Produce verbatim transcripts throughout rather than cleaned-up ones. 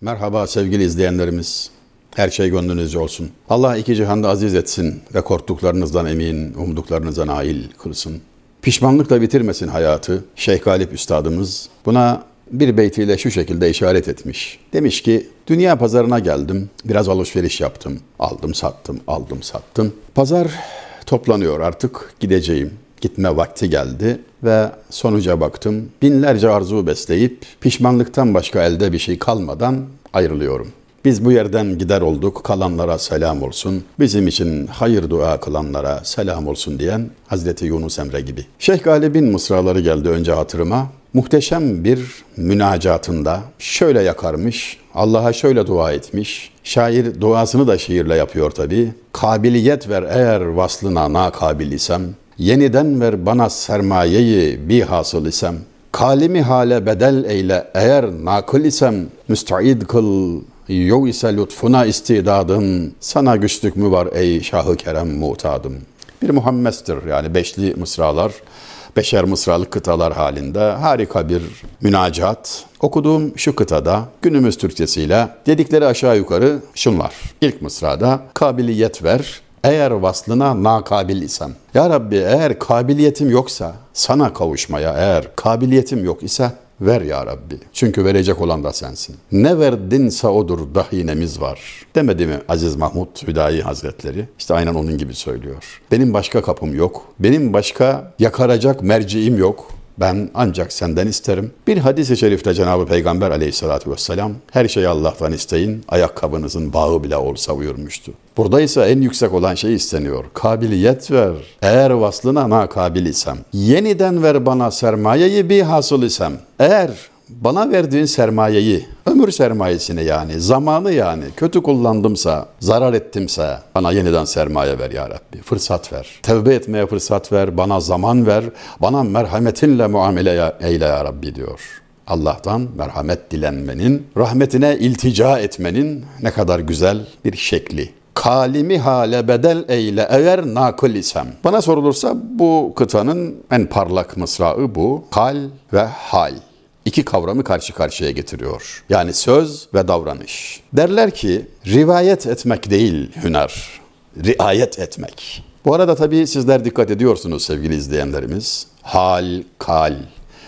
Merhaba sevgili izleyenlerimiz. Her şey gönlünüzce olsun. Allah iki cihanda aziz etsin ve korktuklarınızdan emin, umduklarınıza nail kılsın. Pişmanlıkla bitirmesin hayatı. Şeyh Galip Üstadımız buna bir beytiyle şu şekilde işaret etmiş. Demiş ki, dünya pazarına geldim, biraz alışveriş yaptım. Aldım sattım, aldım sattım. Pazar toplanıyor, artık gideceğim. Gitme vakti geldi ve sonuca baktım. Binlerce arzu besleyip pişmanlıktan başka elde bir şey kalmadan ayrılıyorum. Biz bu yerden gider olduk, kalanlara selam olsun. Bizim için hayır dua kılanlara selam olsun diyen Hazreti Yunus Emre gibi. Şeyh Galip'in mısraları geldi önce hatırıma. Muhteşem bir münacatında şöyle yakarmış, Allah'a şöyle dua etmiş. Şair duasını da şiirle yapıyor tabii. Kabiliyet ver eğer vaslına nakabil isem. Yeniden ver bana sermayeyi bir hasıl isem. Kalimi hale bedel eyle eğer nakıl isem. Müsteid kıl yok ise lütfuna istidadım. Sana güçlük mü var ey Şah-ı Kerem mutadım. Bir muhammestir yani beşli mısralar. Beşer mısralık kıtalar halinde harika bir münacat. Okuduğum şu kıtada günümüz Türkçesiyle dedikleri aşağı yukarı şunlar. İlk mısrada kabiliyet ver eğer vaslına nakabil isem. Ya Rabbi eğer kabiliyetim yoksa sana kavuşmaya eğer kabiliyetim yok ise ver ya Rabbi. Çünkü verecek olan da sensin. Ne verdinse odur dahinemiz var. Demedi mi Aziz Mahmud Hüdayi Hazretleri? İşte aynen onun gibi söylüyor. Benim başka kapım yok. Benim başka yakaracak merciğim yok. Ben ancak senden isterim. Bir hadis-i şerifte Cenab-ı Peygamber aleyhissalatü vesselam her şeyi Allah'tan isteyin, ayakkabınızın bağı bile olsa buyurmuştu. Burada ise en yüksek olan şey isteniyor. Kabiliyet ver. Eğer vaslına nakabil isem. Yeniden ver bana sermayeyi bir hasıl isem. Eğer bana verdiğin sermayeyi, ömür sermayesini yani, zamanı yani kötü kullandımsa, zarar ettimse bana yeniden sermaye ver ya Rabbi. Fırsat ver. Tevbe etmeye fırsat ver, bana zaman ver, bana merhametinle muamele eyle ya Rabbi diyor. Allah'tan merhamet dilenmenin, rahmetine iltica etmenin ne kadar güzel bir şekli. Kalimi hale bedel eyle eğer nakıl isem. Bana sorulursa bu kıtanın en parlak mısrağı bu. Kal ve hal. İki kavramı karşı karşıya getiriyor. Yani söz ve davranış. Derler ki rivayet etmek değil hüner, riayet etmek. Bu arada tabii sizler dikkat ediyorsunuz sevgili izleyenlerimiz. Hal, kal,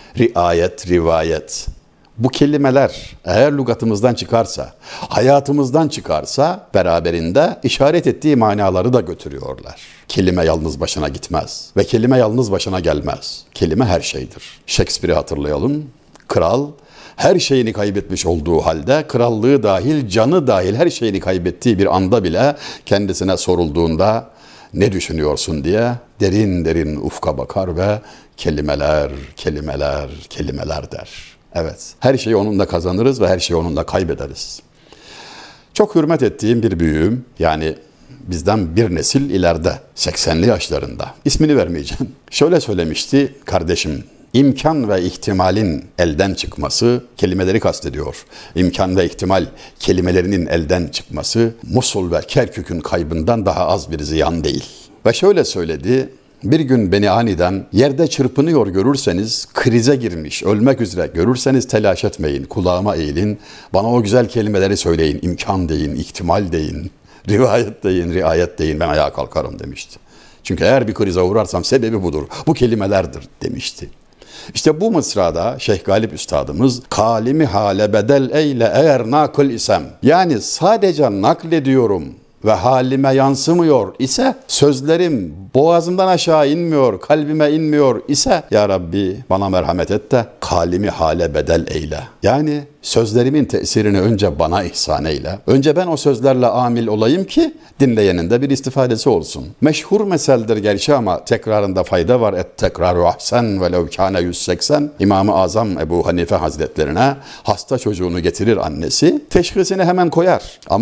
riayet, rivayet. Bu kelimeler eğer lügatımızdan çıkarsa, hayatımızdan çıkarsa beraberinde işaret ettiği manaları da götürüyorlar. Kelime yalnız başına gitmez ve kelime yalnız başına gelmez. Kelime her şeydir. Shakespeare'i hatırlayalım. Kral her şeyini kaybetmiş olduğu halde krallığı dahil, canı dahil her şeyini kaybettiği bir anda bile kendisine sorulduğunda ne düşünüyorsun diye derin derin ufka bakar ve kelimeler, kelimeler, kelimeler der. Evet, her şeyi onunla kazanırız ve her şeyi onunla kaybederiz. Çok hürmet ettiğim bir büyüğüm, yani bizden bir nesil ileride, seksenli yaşlarında, ismini vermeyeceğim. Şöyle söylemişti kardeşim, İmkan ve ihtimalin elden çıkması, kelimeleri kastediyor. İmkan ve ihtimal kelimelerinin elden çıkması, Musul ve Kerkük'ün kaybından daha az bir ziyan değil. Ve şöyle söyledi, bir gün beni aniden yerde çırpınıyor görürseniz, krize girmiş, ölmek üzere görürseniz telaş etmeyin, kulağıma eğilin, bana o güzel kelimeleri söyleyin, imkan deyin, ihtimal deyin, rivayet deyin, riayet deyin, ben ayağa kalkarım demişti. Çünkü eğer bir krize uğrarsam sebebi budur, bu kelimelerdir demişti. İşte bu mısrada Şeyh Galip Üstadımız kalimi hale bedel eyle eğer nakıl isem, yani sadece naklediyorum ve halime yansımıyor ise, sözlerim boğazımdan aşağı inmiyor, kalbime inmiyor ise ya Rabbi bana merhamet et de kalimi hale bedel eyle. Yani sözlerimin tesirini önce bana ihsan eyle. Önce ben o sözlerle amil olayım ki dinleyenin de bir istifadesi olsun. Meşhur meseldir gerçi ama tekrarında fayda var. Et tekraru ahsen ve lev kâne yüz seksen. İmam-ı Azam Ebu Hanife Hazretlerine hasta çocuğunu getirir annesi. Teşhisini hemen koyar ama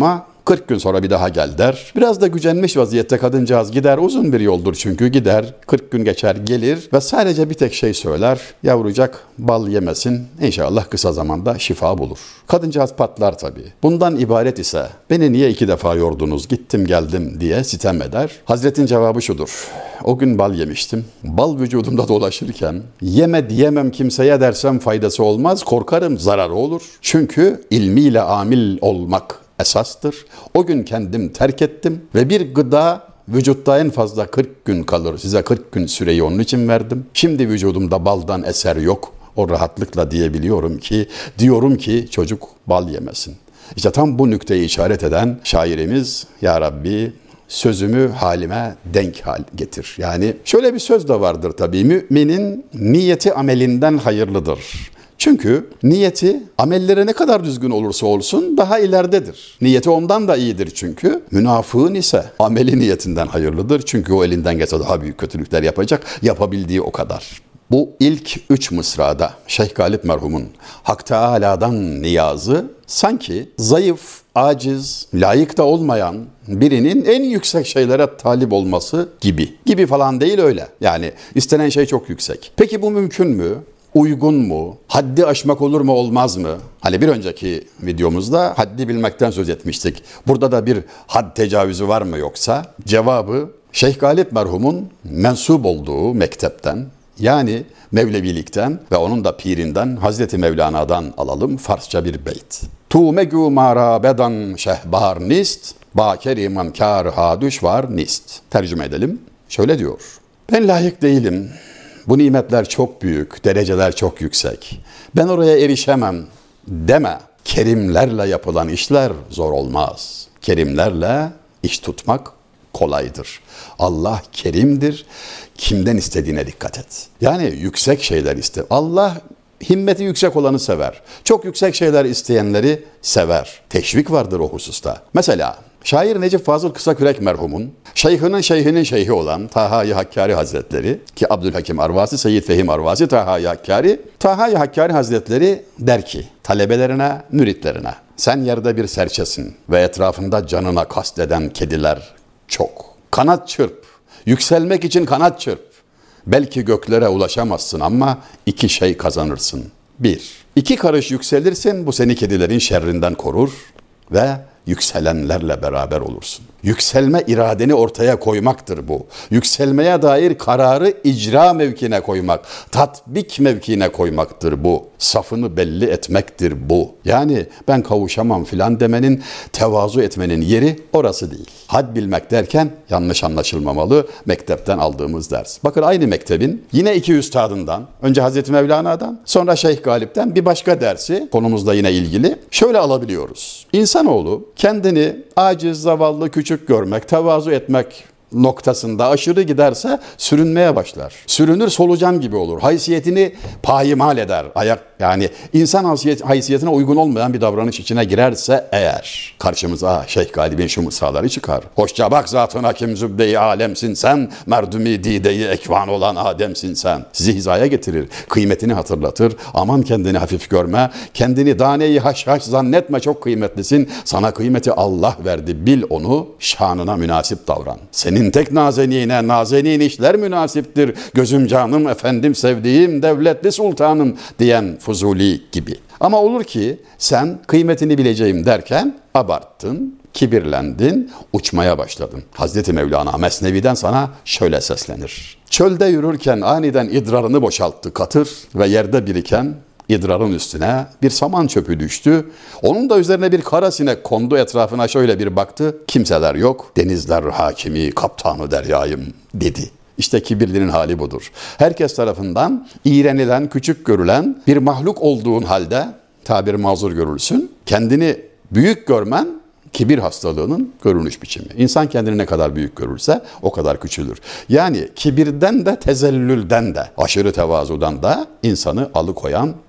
kırk gün sonra bir daha gel der. Biraz da gücenmiş vaziyette kadıncağız gider, uzun bir yoldur çünkü, gider, kırk gün geçer gelir ve sadece bir tek şey söyler: yavrucak bal yemesin, İnşallah kısa zamanda şifa bulur. Kadıncağız patlar tabii. Bundan ibaret ise beni niye iki defa yordunuz, gittim geldim diye sitem eder. Hazretin cevabı şudur: o gün bal yemiştim. Bal vücudumda dolaşırken yeme diyemem kimseye dersem faydası olmaz, korkarım zararı olur. Çünkü ilmiyle amil olmak esastır. O gün kendim terk ettim ve bir gıda vücutta en fazla kırk gün kalır. Size kırk gün süreyi onun için verdim. Şimdi vücudumda baldan eser yok. O rahatlıkla diyebiliyorum ki, diyorum ki çocuk bal yemesin. İşte tam bu nükteyi işaret eden şairimiz, ya Rabbi sözümü halime denk hal getir. Yani şöyle bir söz de vardır tabii: müminin niyeti amelinden hayırlıdır. Çünkü niyeti amelleri ne kadar düzgün olursa olsun daha ileridedir. Niyeti ondan da iyidir çünkü. Münafığın ise ameli niyetinden hayırlıdır. Çünkü o elinden gelse daha büyük kötülükler yapacak. Yapabildiği o kadar. Bu ilk üç mısrada Şeyh Galip merhumun Hak Teâlâ'dan niyazı sanki zayıf, aciz, layık da olmayan birinin en yüksek şeylere talip olması gibi. Gibi falan değil, öyle. Yani istenen şey çok yüksek. Peki bu mümkün mü? Uygun mu? Haddi aşmak olur mu olmaz mı? Hani bir önceki videomuzda haddi bilmekten söz etmiştik. Burada da bir had tecavüzü var mı yoksa? Cevabı Şeyh Galip merhumun mensup olduğu mektepten, yani Mevlevilikten ve onun da pirinden Hazreti Mevlana'dan alalım Farsça bir beyt. Tu megu marabedan şehbar nist, ba kerimam kâr ha düşvar nist. Tercüme edelim. Şöyle diyor: ben layık değilim. Bu nimetler çok büyük, dereceler çok yüksek. Ben oraya erişemem deme. Kerimlerle yapılan işler zor olmaz. Kerimlerle iş tutmak kolaydır. Allah kerimdir. Kimden istediğine dikkat et. Yani yüksek şeyler iste. Allah himmeti yüksek olanı sever. Çok yüksek şeyler isteyenleri sever. Teşvik vardır o hususta. Mesela şair Necip Fazıl Kısakürek merhumun şeyhinin şeyhinin şeyhi olan Taha-i Hakkari Hazretleri, ki Abdülhakim Arvasi, Seyyid Fehim Arvasi, Taha-i Hakkari, Taha-i Hakkari Hazretleri der ki talebelerine, müritlerine: sen yerde bir serçesin ve etrafında canına kasteden kediler çok. Kanat çırp, yükselmek için kanat çırp. Belki göklere ulaşamazsın ama iki şey kazanırsın. Bir, iki karış yükselirsin, bu seni kedilerin şerrinden korur ve yükselenlerle beraber olursun. Yükselme iradeni ortaya koymaktır bu. Yükselmeye dair kararı icra mevkine koymak, tatbik mevkine koymaktır bu. Safını belli etmektir bu. Yani ben kavuşamam filan demenin, tevazu etmenin yeri orası değil. Had bilmek derken yanlış anlaşılmamalı mektepten aldığımız ders. Bakın aynı mektebin yine iki üstadından, önce Hazreti Mevlana'dan, sonra Şeyh Galip'ten bir başka dersi konumuzla yine ilgili şöyle alabiliyoruz. İnsanoğlu kendini aciz, zavallı, küçük görmek, tevazu etmek noktasında aşırı giderse sürünmeye başlar. Sürünür, solucan gibi olur. Haysiyetini payimal eder. Ayak, yani insan haysiyet, haysiyetine uygun olmayan bir davranış içine girerse eğer, karşımıza Şeyh Galip'in şu mısraları çıkar. Hoşça bak zatın hakim zübde-i alemsin sen, merdumi dide-i ekvan olan Adem'sin sen. Sizi hizaya getirir, kıymetini hatırlatır. Aman kendini hafif görme, kendini daneyi haşhaş zannetme, çok kıymetlisin. Sana kıymeti Allah verdi, bil onu, şanına münasip davran. Senin tek nazenine nazenin işler münasiptir. Gözüm canım efendim sevdiğim devletli sultanım diyen Fuzuli gibi. Ama olur ki sen kıymetini bileceğim derken abarttın, kibirlendin, uçmaya başladın. Hazreti Mevlana Mesnevi'den sana şöyle seslenir: çölde yürürken aniden idrarını boşalttı katır ve yerde biriken idrarın üstüne bir saman çöpü düştü. Onun da üzerine bir kara sinek kondu, etrafına şöyle bir baktı. Kimseler yok. Denizler hakimi, kaptanı deryayım dedi. İşte kibirlinin hali budur. Herkes tarafından iğrenilen, küçük görülen bir mahluk olduğun halde, tabir mazur görülsün, kendini büyük görmen kibir hastalığının görünüş biçimi. İnsan kendini ne kadar büyük görürse o kadar küçülür. Yani kibirden de tezellülden de, aşırı tevazudan da insanı alıkoyan bir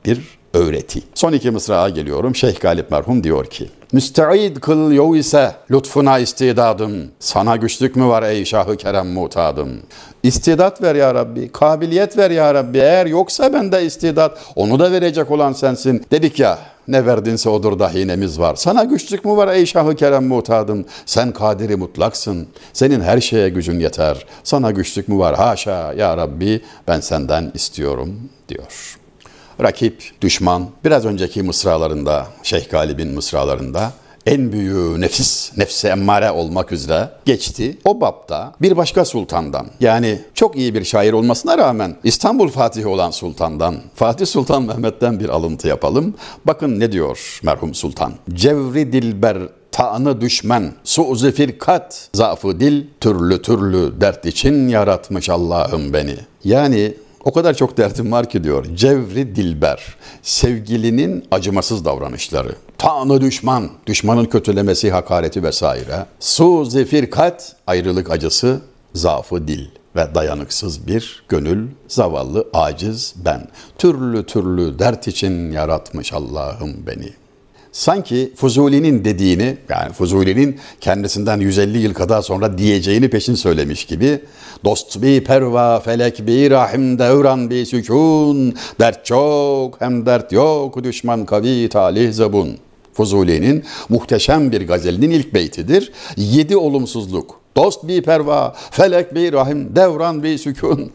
öğreti. Son iki mısrağa geliyorum. Şeyh Galip merhum diyor ki: Müsteid kıl yol ise lütfuna istidadım. Sana güçlük mü var ey Şah-ı Kerem mutadım? İstidat ver ya Rabbi, kabiliyet ver ya Rabbi. Eğer yoksa bende istidat, onu da verecek olan sensin. Dedik ya, ne verdinse odur dahinemiz var. Sana güçlük mü var ey Şah-ı Kerem mutadım? Sen kadiri mutlaksın. Senin her şeye gücün yeter. Sana güçlük mü var? Haşa ya Rabbi, ben senden istiyorum diyor. Rakip, düşman, biraz önceki mısralarında, Şeyh Galip'in mısralarında en büyüğü nefis, nefse emmare olmak üzere geçti. O bapta bir başka sultandan, yani çok iyi bir şair olmasına rağmen İstanbul Fatihi olan sultandan, Fatih Sultan Mehmet'ten bir alıntı yapalım. Bakın ne diyor merhum sultan. Cevri dilber ta'nı düşmen, su'z-i firkat, zaafı dil, türlü türlü dert için yaratmış Allah'ım beni. Yani o kadar çok derdim var ki diyor. Cevri dilber, sevgilinin acımasız davranışları. Ta'nı düşman, düşmanın kötülemesi, hakareti vesaire. Su'z-i firkat, ayrılık acısı, zaafı dil ve dayanıksız bir gönül, zavallı, aciz ben. Türlü türlü dert için yaratmış Allah'ım beni. Sanki Fuzuli'nin dediğini, yani Fuzuli'nin kendisinden yüz elli yıl kadar sonra diyeceğini peşin söylemiş gibi, dost bi perva felek bi rahim devran bi sükun, dert çok hem dert yok, düşman kavi talih zebun. Fuzuli'nin muhteşem bir gazelinin ilk beytidir. Yedi olumsuzluk. Dost bi perva, felek bi rahim, devran bi sükun.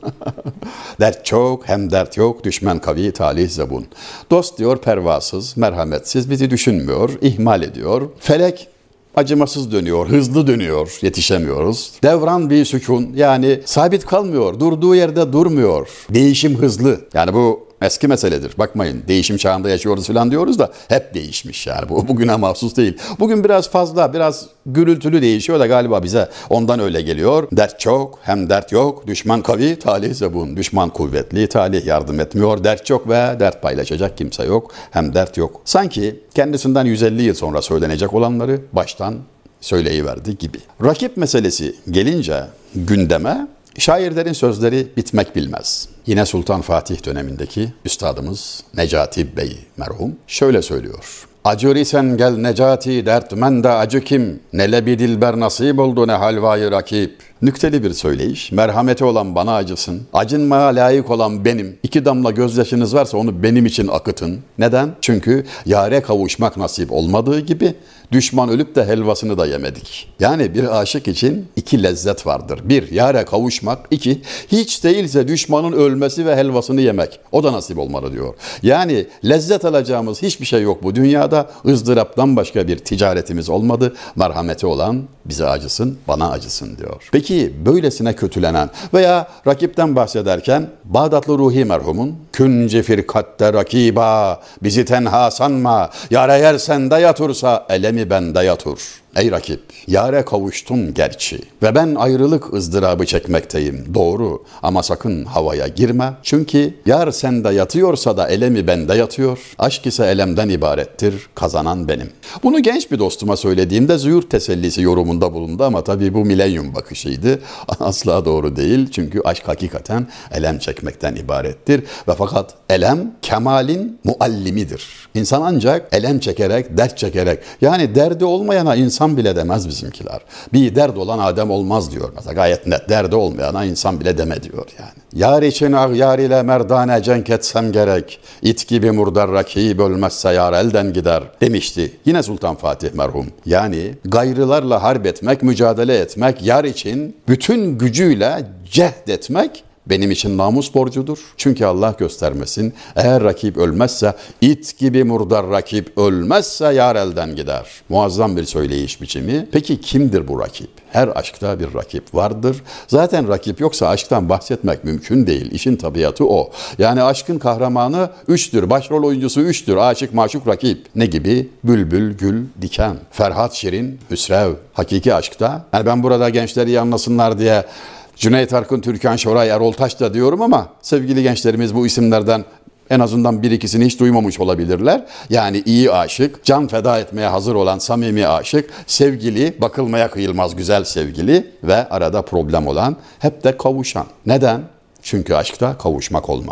Dert çok hem dert yok, düşman kavi talih zebun. Dost diyor pervasız, merhametsiz, bizi düşünmüyor, ihmal ediyor. Felek acımasız dönüyor, hızlı dönüyor, yetişemiyoruz. Devran bir sükun, yani sabit kalmıyor, durduğu yerde durmuyor. Değişim hızlı. Yani bu eski meseledir. Bakmayın, değişim çağında yaşıyoruz falan diyoruz da hep değişmiş yani. Bu bugüne mahsus değil. Bugün biraz fazla, biraz gürültülü değişiyor da galiba bize ondan öyle geliyor. Dert çok, hem dert yok. Düşman kavi, talih zebun. Düşman kuvvetli, talih yardım etmiyor. Dert çok ve dert paylaşacak kimse yok. Hem dert yok. Sanki kendisinden yüz elli yıl sonra söylenecek olanları baştan söyleyiverdi gibi. Rakip meselesi gelince gündeme, şairlerin sözleri bitmek bilmez. Yine Sultan Fatih dönemindeki üstadımız Necati Bey merhum şöyle söylüyor. Acır isen gel Necati, dertmen de acı kim? Ne lebi dilber nasip oldu, ne halvayı rakip. Nükteli bir söyleyiş. Merhameti olan bana acısın. Acınmaya layık olan benim. İki damla gözyaşınız varsa onu benim için akıtın. Neden? Çünkü yâre kavuşmak nasip olmadığı gibi düşman ölüp de helvasını da yemedik. Yani bir aşık için iki lezzet vardır. Bir, yâre kavuşmak. İki, hiç değilse düşmanın ölmesi ve helvasını yemek. O da nasip olmalı diyor. Yani lezzet alacağımız hiçbir şey yok bu dünyada. ızdıraptan başka bir ticaretimiz olmadı. Merhameti olan bize acısın, bana acısın diyor. Peki böylesine kötülenen veya rakipten bahsederken Bağdatlı Ruhi merhumun künce firkatte rakiba bizi tenha sanma, yâre yer sende yatursa elemi bende yatur. Ey rakip, yâre kavuştun gerçi ve ben ayrılık ızdırabı çekmekteyim, doğru, ama sakın havaya girme. Çünkü yar sende yatıyorsa da elemi bende yatıyor. Aşk ise elemden ibarettir, kazanan benim. Bunu genç bir dostuma söylediğimde züğürt tesellisi yorumunda bulundu ama tabii bu milenyum bakışıydı. Asla doğru değil, çünkü aşk hakikaten elem çekmekten ibarettir ve fakat elem kemalin muallimidir. İnsan ancak elem çekerek, dert çekerek, yani derdi olmayana insan bile demez bizimkiler. Bir dert olan Adem olmaz diyor. Mesela gayet net. Derdi olmayana insan bile deme diyor yani. Yar için ağyar ile merdane cenk etsem gerek. İt gibi murdar rakip ölmezse yar elden gider demişti. Yine Sultan Fatih merhum. Yani gayrılarla harp etmek, mücadele etmek, yar için bütün gücüyle cehd etmek benim için namus borcudur. Çünkü Allah göstermesin, eğer rakip ölmezse, it gibi murdar rakip ölmezse yar elden gider. Muazzam bir söyleyiş biçimi. Peki kimdir bu rakip? Her aşkta bir rakip vardır. Zaten rakip yoksa aşktan bahsetmek mümkün değil. İşin tabiatı o. Yani aşkın kahramanı üçtür. Başrol oyuncusu üçtür. Aşık, maşuk, rakip. Ne gibi? Bülbül, gül, diken. Ferhat, Şirin, Hüsrev. Hakiki aşkta. Yani ben burada gençleri iyi anlasınlar diye Cüneyt Arkın, Türkan Şoray, Erol Taş da diyorum ama sevgili gençlerimiz bu isimlerden en azından bir ikisini hiç duymamış olabilirler. Yani iyi aşık, can feda etmeye hazır olan samimi aşık, sevgili, bakılmaya kıyılmaz güzel sevgili ve arada problem olan, hep de kavuşan. Neden? Çünkü aşkta kavuşmak olmaz.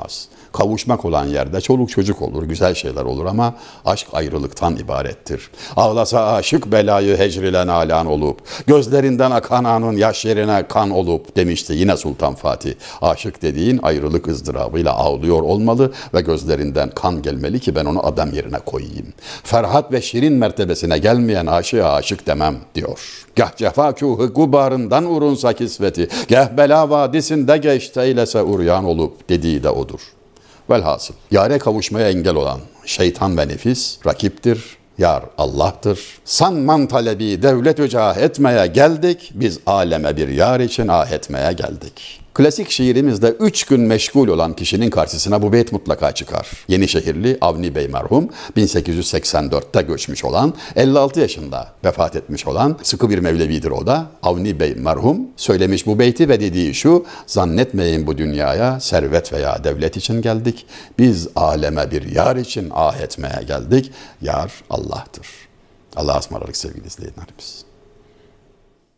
Kavuşmak olan yerde çoluk çocuk olur, güzel şeyler olur ama aşk ayrılıktan ibarettir. Ağlasa aşık belayı hecrilen alan olup, gözlerinden akan anın yaş yerine kan olup demişti yine Sultan Fatih. Aşık dediğin ayrılık ızdırabıyla ağlıyor olmalı ve gözlerinden kan gelmeli ki ben onu adam yerine koyayım. Ferhat ve Şirin mertebesine gelmeyen aşığa aşık demem diyor. Gah cefakûhı gubarından urunsa kisveti, gah bela vadisinde geçte eylese uryan olup dediği de odur. Velhasıl yâre kavuşmaya engel olan şeytan ve nefis rakiptir, yar Allah'tır. Sanman talebi devlet öcah etmeye geldik, biz aleme bir yar için ah etmeye geldik. Klasik şiirimizde üç gün meşgul olan kişinin karşısına bu beyt mutlaka çıkar. Yenişehirli Avni Bey merhum bin sekiz yüz seksen dörtte göçmüş olan, elli altı yaşında vefat etmiş olan sıkı bir Mevlevidir o da. Avni Bey merhum söylemiş bu beyti ve dediği şu: zannetmeyin bu dünyaya servet veya devlet için geldik. Biz aleme bir yar için ah etmeye geldik. Yar Allah'tır. Allah'a ısmarladık sevgili izleyenlerimiz.